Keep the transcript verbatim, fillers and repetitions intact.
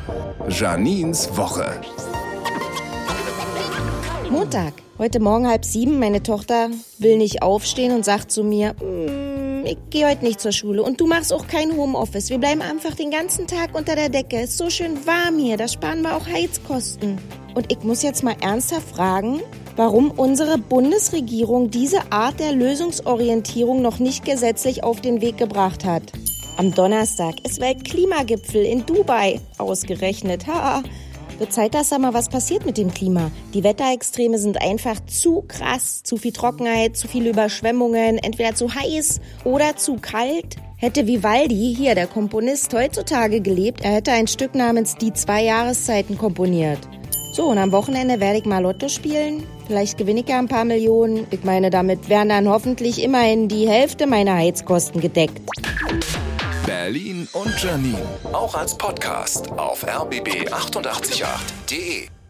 Janines Woche. Montag, heute Morgen halb sieben. Meine Tochter will nicht aufstehen und sagt zu mir, mm, ich gehe heute nicht zur Schule und du machst auch kein Homeoffice. Wir bleiben einfach den ganzen Tag unter der Decke. Ist so schön warm hier, da sparen wir auch Heizkosten. Und ich muss jetzt mal ernsthaft fragen, warum unsere Bundesregierung diese Art der Lösungsorientierung noch nicht gesetzlich auf den Weg gebracht hat. Am Donnerstag ist Weltklimagipfel in Dubai ausgerechnet. Ha, wird Zeit, dass da mal was passiert mit dem Klima. Die Wetterextreme sind einfach zu krass. Zu viel Trockenheit, zu viele Überschwemmungen, entweder zu heiß oder zu kalt. Hätte Vivaldi, hier der Komponist, heutzutage gelebt, er hätte ein Stück namens Die zwei Jahreszeiten komponiert. So, und am Wochenende werde ich mal Lotto spielen. Vielleicht gewinne ich ja ein paar Millionen. Ich meine, damit wären dann hoffentlich immerhin die Hälfte meiner Heizkosten gedeckt. Berlin und Janine, auch als Podcast auf r b b acht acht acht punkt de.